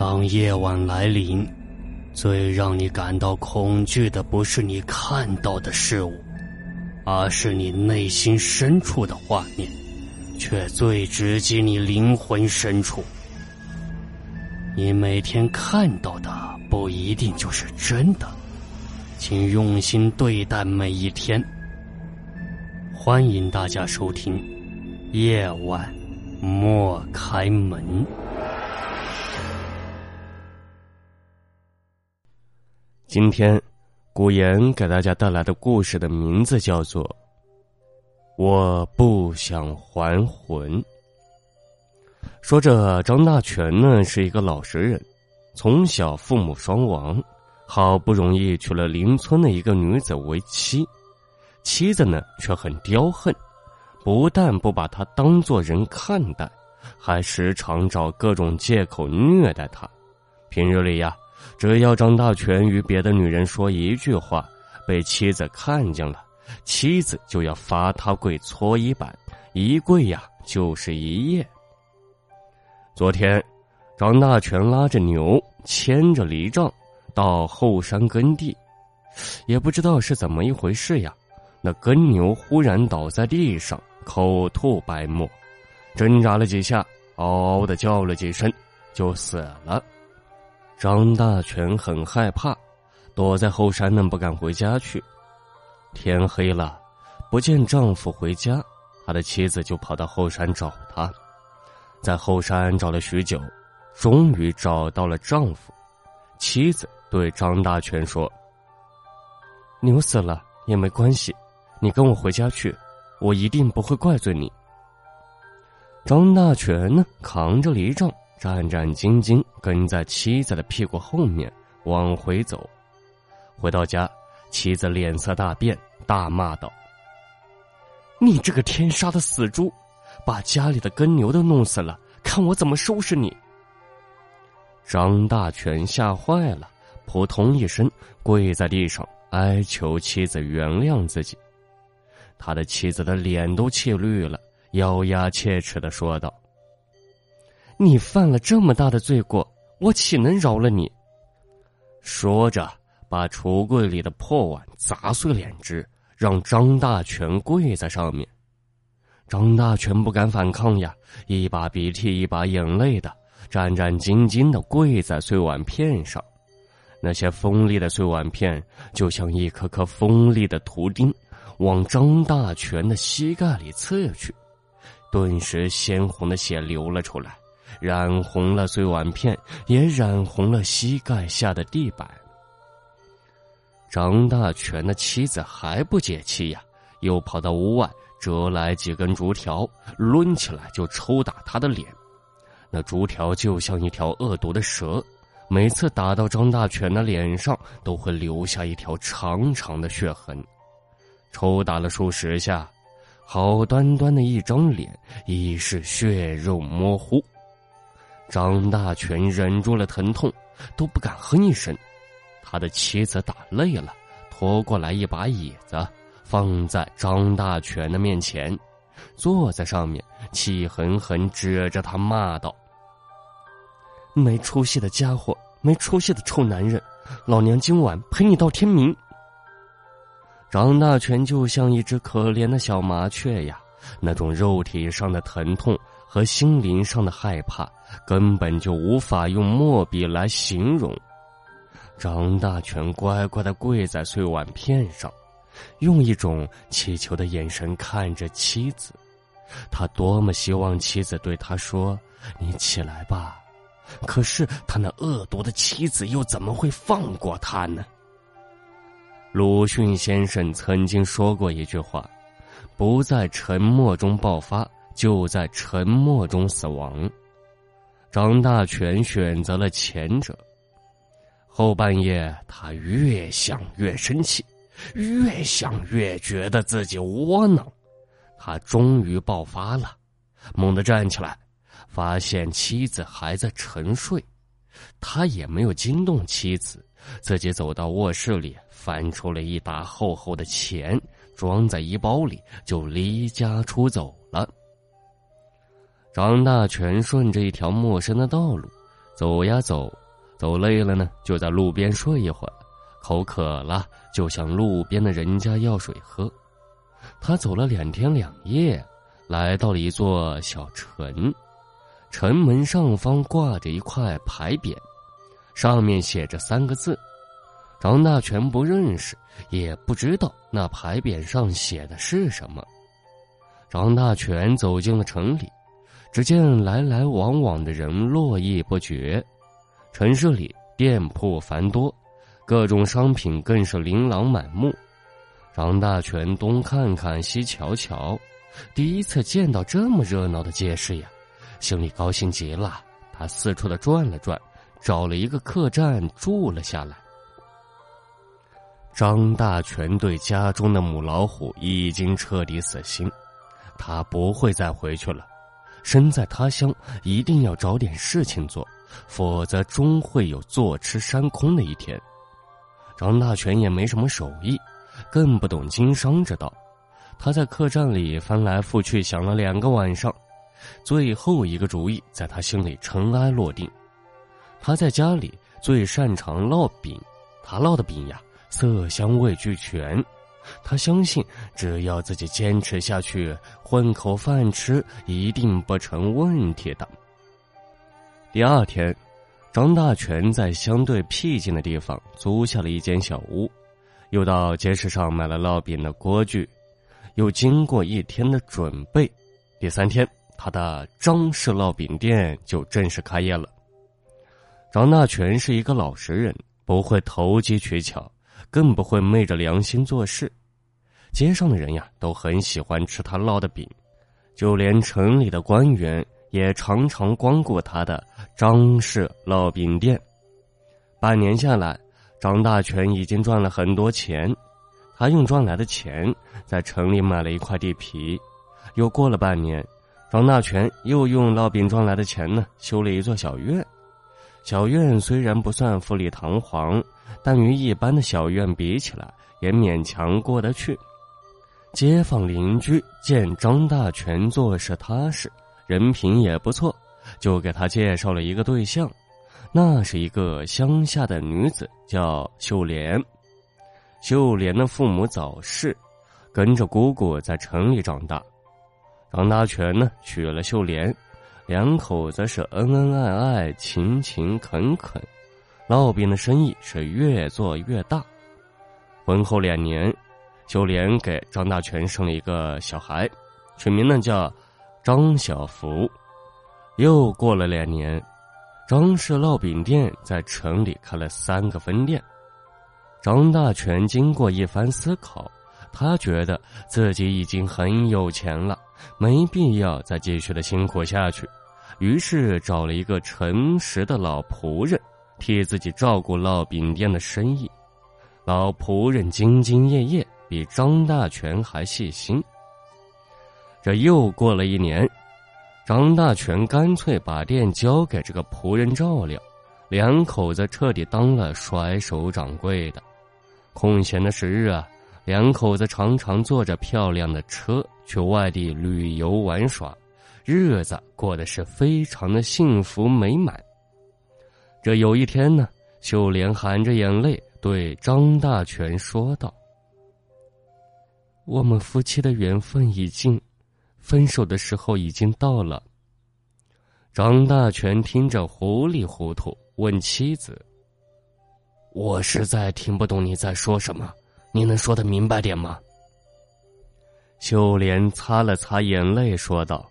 当夜晚来临，最让你感到恐惧的不是你看到的事物，而是你内心深处的画面，却最直击你灵魂深处。你每天看到的不一定就是真的，请用心对待每一天。欢迎大家收听夜晚莫开门。 今天古言给大家带来的故事的名字叫做我不想还魂。说着张大全呢是一个老实人，从小父母双亡，好不容易娶了邻村的一个女子为妻，妻子呢却很刁横，不但不把他当作人看待，还时常找各种借口虐待他。平日里呀，只要张大全与别的女人说一句话，被妻子看见了，妻子就要罚他跪搓衣板，一跪呀就是一夜。昨天张大全拉着牛，牵着犁杖到后山耕地，也不知道是怎么一回事呀，那耕牛忽然倒在地上，口吐白沫，挣扎了几下，嗷嗷的叫了几声，就死了。张大全很害怕，躲在后山呢，不敢回家去。天黑了，不见丈夫回家，他的妻子就跑到后山找他。在后山找了许久，终于找到了丈夫。妻子对张大全说：牛死了也没关系，你跟我回家去，我一定不会怪罪你。张大全呢，扛着犁杖，战战兢兢跟在妻子的屁股后面往回走。回到家，妻子脸色大变，大骂道：你这个天杀的死猪，把家里的耕牛都弄死了，看我怎么收拾你！张大全吓坏了，扑通一声跪在地上，哀求妻子原谅自己。他的妻子的脸都气绿了，咬牙切齿地说道：你犯了这么大的罪过，我岂能饶了你？说着把橱柜里的破碗砸碎2只，让张大全跪在上面。张大全不敢反抗呀，一把鼻涕一把眼泪的，战战兢兢地跪在碎碗片上。那些锋利的碎碗片就像一颗颗锋利的图钉，往张大全的膝盖里刺去，顿时鲜红的血流了出来，染红了碎碗片，也染红了膝盖下的地板。张大全的妻子还不解气呀，又跑到屋外折来几根竹条，抡起来就抽打他的脸。那竹条就像一条恶毒的蛇，每次打到张大全的脸上，都会留下一条长长的血痕。抽打了数十下，好端端的一张脸已是血肉模糊。张大全忍住了疼痛，都不敢哼一声。他的妻子打累了，拖过来一把椅子，放在张大全的面前，坐在上面，气狠狠指着他骂道：没出息的家伙，没出息的臭男人，老娘今晚陪你到天明。张大全就像一只可怜的小麻雀呀，那种肉体上的疼痛和心灵上的害怕，根本就无法用墨笔来形容。张大全乖乖地跪在碎碗片上，用一种祈求的眼神看着妻子。他多么希望妻子对他说：你起来吧。可是他那恶毒的妻子又怎么会放过他呢？鲁迅先生曾经说过一句话：不在沉默中爆发，就在沉默中死亡。张大全选择了前者。后半夜他越想越生气，越想越觉得自己窝囊。他终于爆发了，猛地站起来，发现妻子还在沉睡。他也没有惊动妻子，自己走到卧室里，翻出了一沓厚厚的钱，装在衣包里，就离家出走了。张大全顺着一条陌生的道路， 走呀走，走累了呢，就在路边睡一会儿，口渴了就向路边的人家要水喝。他走了2天2夜，来到了一座小城。城门上方挂着一块牌匾，上面写着3个字。张大全不认识，也不知道那牌匾上写的是什么。张大全走进了城里，只见来来往往的人络绎不绝，城市里店铺繁多，各种商品更是琳琅满目。张大全东看看西瞧瞧，第一次见到这么热闹的街市呀，心里高兴极了。他四处的转了转，找了一个客栈住了下来。张大全对家中的母老虎已经彻底死心，他不会再回去了。身在他乡，一定要找点事情做，否则终会有坐吃山空的一天。张大全也没什么手艺，更不懂经商之道。他在客栈里翻来覆去想了2个晚上，最后一个主意在他心里尘埃落定。他在家里最擅长烙饼，他烙的饼呀，色香味俱全。他相信只要自己坚持下去，混口饭吃一定不成问题的。第2天，张大全在相对僻静的地方租下了一间小屋，又到街市上买了烙饼的锅具，又经过1天的准备，第3天，他的张氏烙饼店就正式开业了。张大全是一个老实人，不会投机取巧，更不会昧着良心做事。街上的人呀，都很喜欢吃他烙的饼，就连城里的官员也常常光顾他的张氏烙饼店。半年下来，张大全已经赚了很多钱。他用赚来的钱在城里买了一块地皮。又过了半年，张大全又用烙饼赚来的钱呢，修了一座小院。小院虽然不算富丽堂皇，但与一般的小院比起来，也勉强过得去。街坊邻居见张大全做事踏实，人品也不错，就给他介绍了一个对象。那是一个乡下的女子，叫秀莲。秀莲的父母早逝，跟着姑姑在城里长大。张大全呢，娶了秀莲，2口子是恩恩爱爱，勤勤恳恳，烙饼的生意是越做越大。婚后2年，秀莲给张大全生了一个小孩，取名呢叫张小福。又过了2年，张氏烙饼店在城里开了3个分店。张大全经过一番思考，他觉得自己已经很有钱了，没必要再继续的辛苦下去，于是找了一个诚实的老仆人，替自己照顾烙饼店的生意。老仆人兢兢业业，比张大全还细心。这又过了1年，张大全干脆把店交给这个仆人照料，2口子彻底当了甩手掌柜的。空闲的时日啊，2口子常常坐着漂亮的车去外地旅游玩耍，日子过得是非常的幸福美满。这有一天呢，秀莲含着眼泪对张大全说道：“我们夫妻的缘分已尽，分手的时候已经到了。”张大全听着糊里糊涂，问妻子：“我实在听不懂你在说什么，你能说得明白点吗？”秀莲擦了擦眼泪说道：“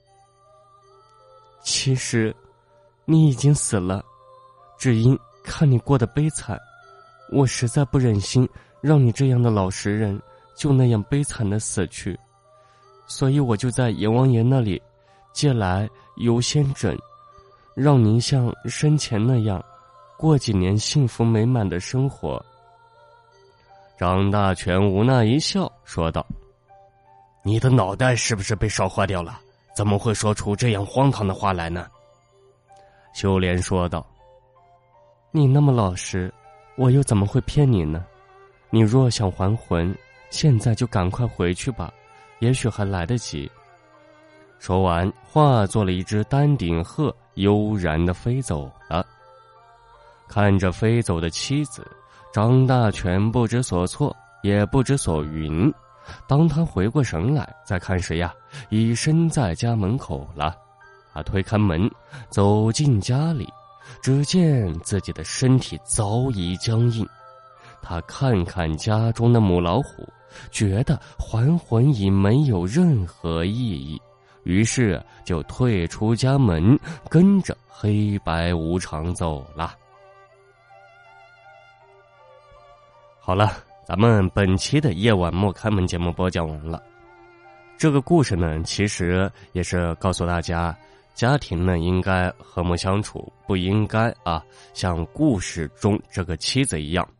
其实你已经死了，只因看你过得悲惨，我实在不忍心让你这样的老实人就那样悲惨的死去，所以我就在阎王爷那里借来游仙枕，让您像生前那样过几年幸福美满的生活。”张大全无奈一笑说道：“你的脑袋是不是被烧坏掉了？怎么会说出这样荒唐的话来呢？”秀莲说道：“你那么老实，我又怎么会骗你呢？你若想还魂，现在就赶快回去吧，也许还来得及。”说完化作了一只丹顶鹤， 悠然地飞走了。看着飞走的妻子，张大全不知所措，也不知所云。当他回过神来，再看时呀，已身在家门口了。他推开门，走进家里，只见自己的身体早已僵硬。他看看家中的母老虎，觉得还魂已没有任何意义，于是就退出家门，跟着黑白无常走了。好了，咱们本期的夜晚莫开门节目播讲完了。这个故事呢，其实也是告诉大家，家庭呢应该和睦相处，不应该像故事中这个妻子一样